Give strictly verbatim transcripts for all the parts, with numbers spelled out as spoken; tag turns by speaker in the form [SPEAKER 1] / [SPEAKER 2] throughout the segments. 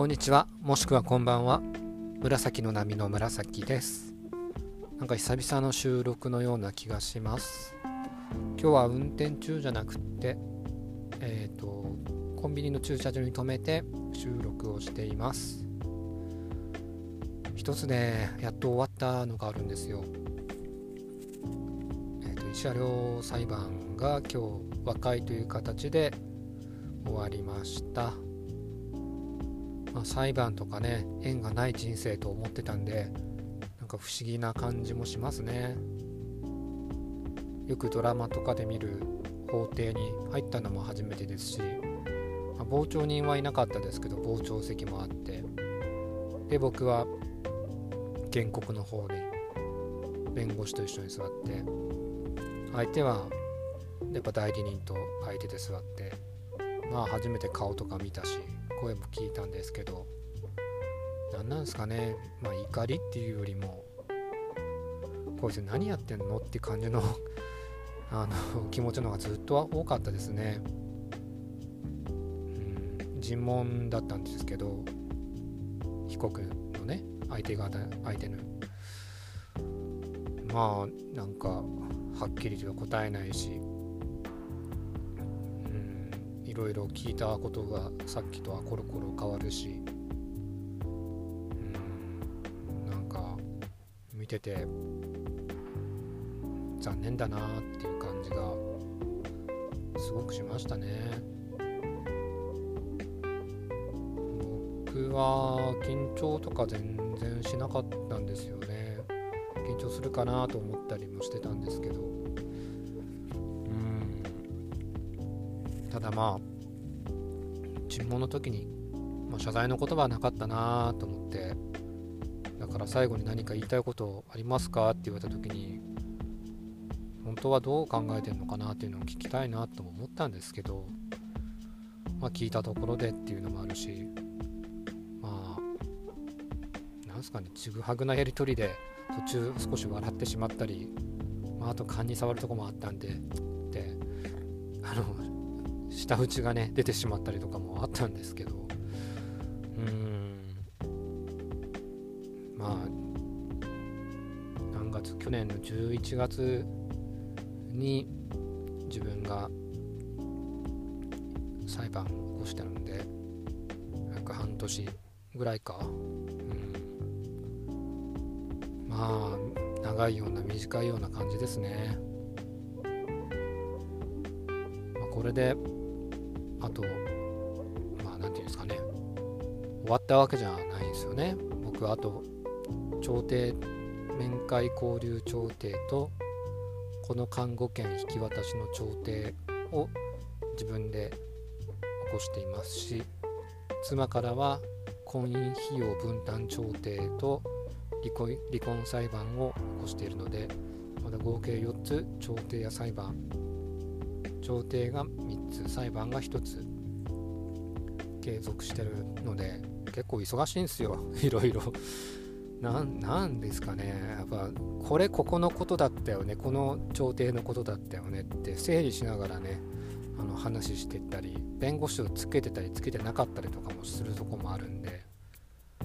[SPEAKER 1] こんにちは、もしくはこんばんは。紫の波の紫です。なんか久々の収録のような気がします。今日は運転中じゃなくて、えっと、コンビニの駐車場に停めて収録をしています。一つね、やっと終わったのがあるんですよ。えっと、慰謝料裁判が今日和解という形で終わりました。まあ、裁判とかね、縁がない人生と思ってたんで、なんか不思議な感じもしますね。よくドラマとかで見る法廷に入ったのも初めてですし、まあ、傍聴人はいなかったですけど、傍聴席もあって、で僕は原告の方で弁護士と一緒に座って、相手はやっぱ代理人と相手で座って、まあ初めて顔とか見たし声も聞いたんですけど、何なんですかね、まあ怒りっていうよりも、こいつ何やってんのって感じのあの気持ちの方がずっと多かったですね。うん、尋問だったんですけど、被告のね、相手方相手のまあなんかはっきりとは答えないし、いろいろ聞いたことがさっきとはコロコロ変わるし、うんなんか見てて残念だなっていう感じがすごくしましたね。僕は緊張とか全然しなかったんですよね。緊張するかなと思ったりもしてたんですけど、うんただまあ尋問の時に、まあ、謝罪の言葉はなかったなと思って、だから最後に何か言いたいことありますかって言われた時に、本当はどう考えてるのかなっていうのを聞きたいなとも思ったんですけど、まあ聞いたところでっていうのもあるし、まあなんすかね、ちぐはぐなやり取りで途中少し笑ってしまったり、まあ、あと勘に触るとこもあったんでであの舌打ちがね出てしまったりとかもあったんですけど、うーんまあ何月去年のじゅういちがつに自分が裁判を起こしてるんで、約半年ぐらいか、うんまあ長いような短いような感じですね。まあ、これであとまあなんていうんですかね、終わったわけじゃないですよね。僕はあと調停面会交流調停とこの看護権引き渡しの調停を自分で起こしていますし、妻からは婚姻費用分担調停と離婚、離婚裁判を起こしているので、まだ合計よっつ調停や裁判、調停がみっつ、裁判がひとつ継続してるので、結構忙しいんですよ。いろいろな ん, なんですかね、やっぱこれここのことだったよね、この調停のことだったよねって整理しながらね、あの話していったり、弁護士をつけてたりつけてなかったりとかもするとこもあるんで、うん、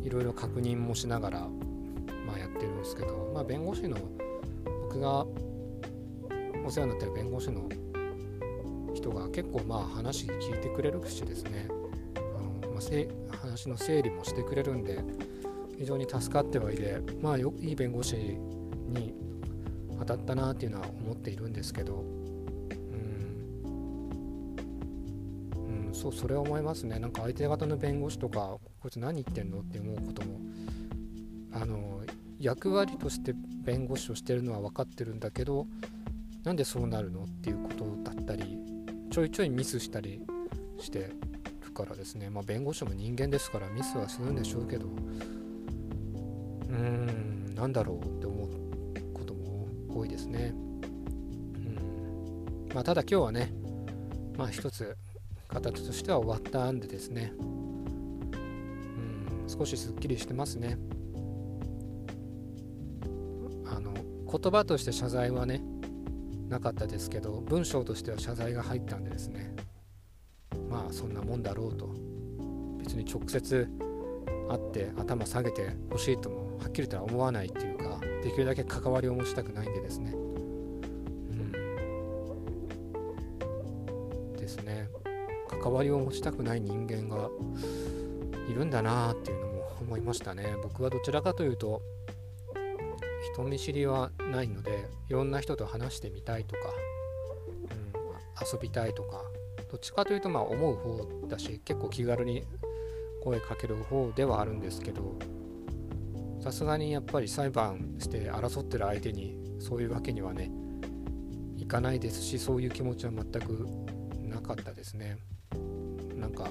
[SPEAKER 1] いろいろ確認もしながら、まあ、やってるんですけど、まあ、弁護士の僕がお世話になってる弁護士の人が結構まあ話聞いてくれるしですね、あの、まあ、せ話の整理もしてくれるんで非常に助かってはいて、まあよいい弁護士に当たったなっていうのは思っているんですけど、うん、うん、そうそれは思いますね。なんか相手方の弁護士とか、こいつ何言ってんのって思うことも、あの役割として弁護士をしてるのは分かってるんだけど、なんでそうなるのっていうことだったり、ちょいちょいミスしたりしてるからですね、まあ弁護士も人間ですからミスはするんでしょうけど、うーんなんだろうって思うことも多いですね。うんまあただ今日はね、まあ一つ形としては終わったんでですね、うん少しすっきりしてますね。あの言葉として謝罪はねなかったですけど、文章としては謝罪が入ったんでですね、まあそんなもんだろうと、別別に直接会って頭下げてほしいともはっきりとは思わないっていうか、できるだけ関わりを持ちたくないんでですね、うんですね関わりを持ちたくない人間がいるんだなっていうのも思いましたね。僕はどちらかというと人見知りはないので、いろんな人と話してみたいとか、うん、遊びたいとか、どっちかというとまあ思う方だし、結構気軽に声かける方ではあるんですけど、さすがにやっぱり裁判して争ってる相手にそういうわけにはねいかないですし、そういう気持ちは全くなかったですね。なんか、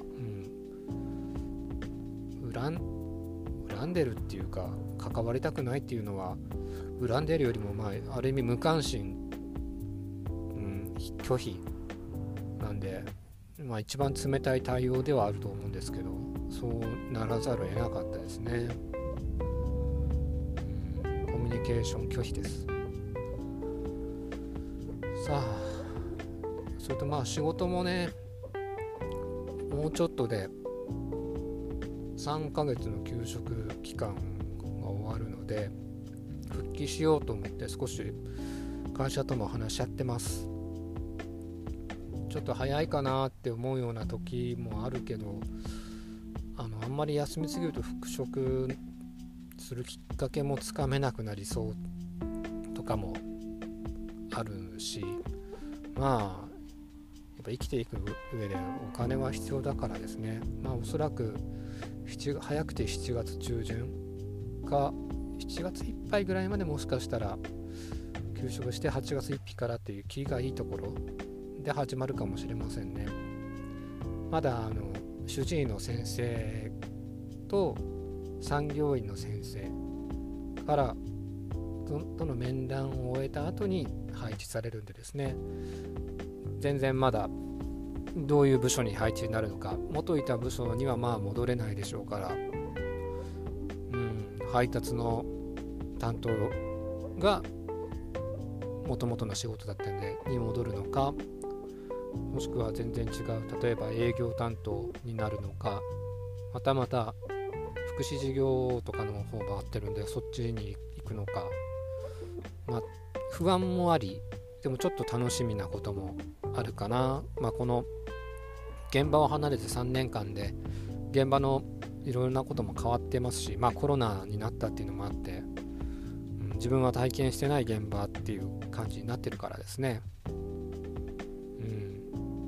[SPEAKER 1] うん、恨ん、恨んでるっていうか関わりたくないっていうのは、恨んでるよりも、まあ、ある意味無関心、うん、拒否なんで、まあ、一番冷たい対応ではあると思うんですけど、そうならざるを得なかったですね。うん、コミュニケーション拒否です。さあ、それとまあ仕事もね、もうちょっとでさんかげつの休職期間が終わるので、復帰しようと思って少し会社とも話し合ってます。ちょっと早いかなって思うような時もあるけど、あのあんまり休みすぎると復職するきっかけもつかめなくなりそうとかもあるし、まあやっぱ生きていく上でお金は必要だからですね。まあおそらく早くてしちがつちゅうじゅんかしちがついっぱいぐらいまで、もしかしたら休職してはちがつついたちからっていう気がいいところで始まるかもしれませんね。まだあの主治医の先生と産業医の先生からと, との面談を終えた後に配置されるんでですね、全然まだどういう部署に配置になるのか、元いた部署にはまあ戻れないでしょうから、うん、配達の担当が元々の仕事だったんでに戻るのか、もしくは全然違う、例えば営業担当になるのか、またまた福祉事業とかの方があってるんでそっちに行くのか、まあ不安もあり、でもちょっと楽しみなこともあるかな。まあこの現場を離れてさんねんかんで現場のいろいろなことも変わってますし、まあコロナになったっていうのもあって、うん、自分は体験してない現場っていう感じになってるからですね、うん、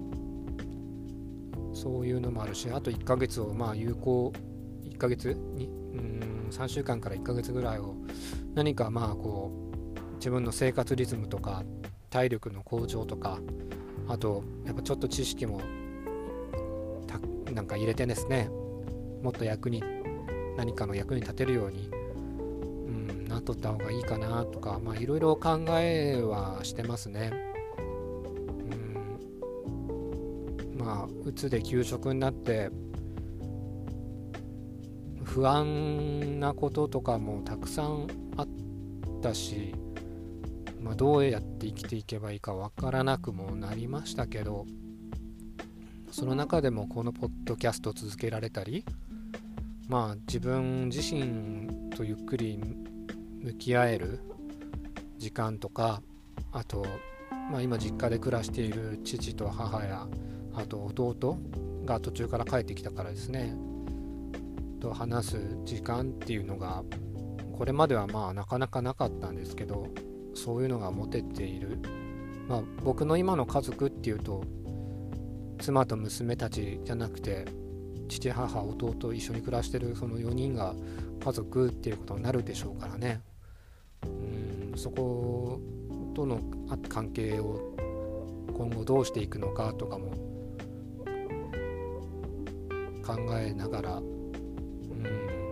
[SPEAKER 1] そういうのもあるし、あといっかげつをまあ有効いっかげつに、うん、さんしゅうかんからいっかげつぐらいを何かまあこう自分の生活リズムとか体力の向上とか、あとやっぱちょっと知識もなんか入れてですね、もっと役に何かの役に立てるように、うん、なっとった方がいいかなとか、まあいろいろ考えはしてますね。うん、まあうつで休職になって不安なこととかもたくさんあったし、まあ、どうやって生きていけばいいかわからなくもなりましたけど、その中でもこのポッドキャストを続けられたり、まあ自分自身とゆっくり向き合える時間とか、あと、まあ、今実家で暮らしている父と母や、あと弟が途中から帰ってきたからですねと話す時間っていうのがこれまではまあなかなかなかったんですけど、そういうのが持てている。まあ僕の今の家族っていうと妻と娘たちじゃなくて父母弟一緒に暮らしてるそのよにんが家族っていうことになるでしょうからね。うん、そことの関係を今後どうしていくのかとかも考えながら、うん、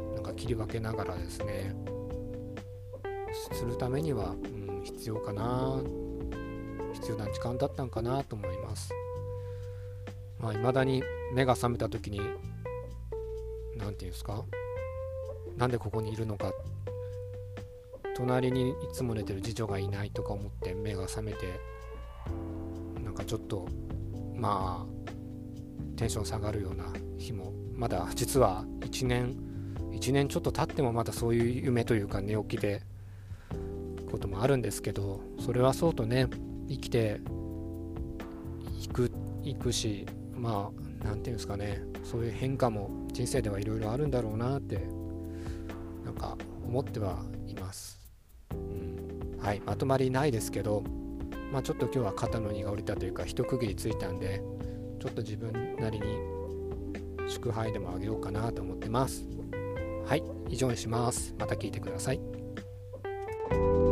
[SPEAKER 1] なんか切り分けながらですねするためには、うん、必要かな必要な時間だったんかなと思います。まあ、未だに目が覚めた時になんていうんですか、なんでここにいるのか、隣にいつも寝てる次女がいないとか思って目が覚めて、なんかちょっとまあテンション下がるような日もまだ実はいちねんいちねんちょっと経ってもまだそういう夢というか寝起きでこともあるんですけど、それはそうとね生きていくいくし、まあなんていうんですかね、そういう変化も人生ではいろいろあるんだろうなってなんか思ってはいます、うん、はい、まとまりないですけど、まあちょっと今日は肩の荷が下りたというか一区切りついたんで、ちょっと自分なりに祝杯でもあげようかなと思ってます。はい、以上にします。また聞いてください。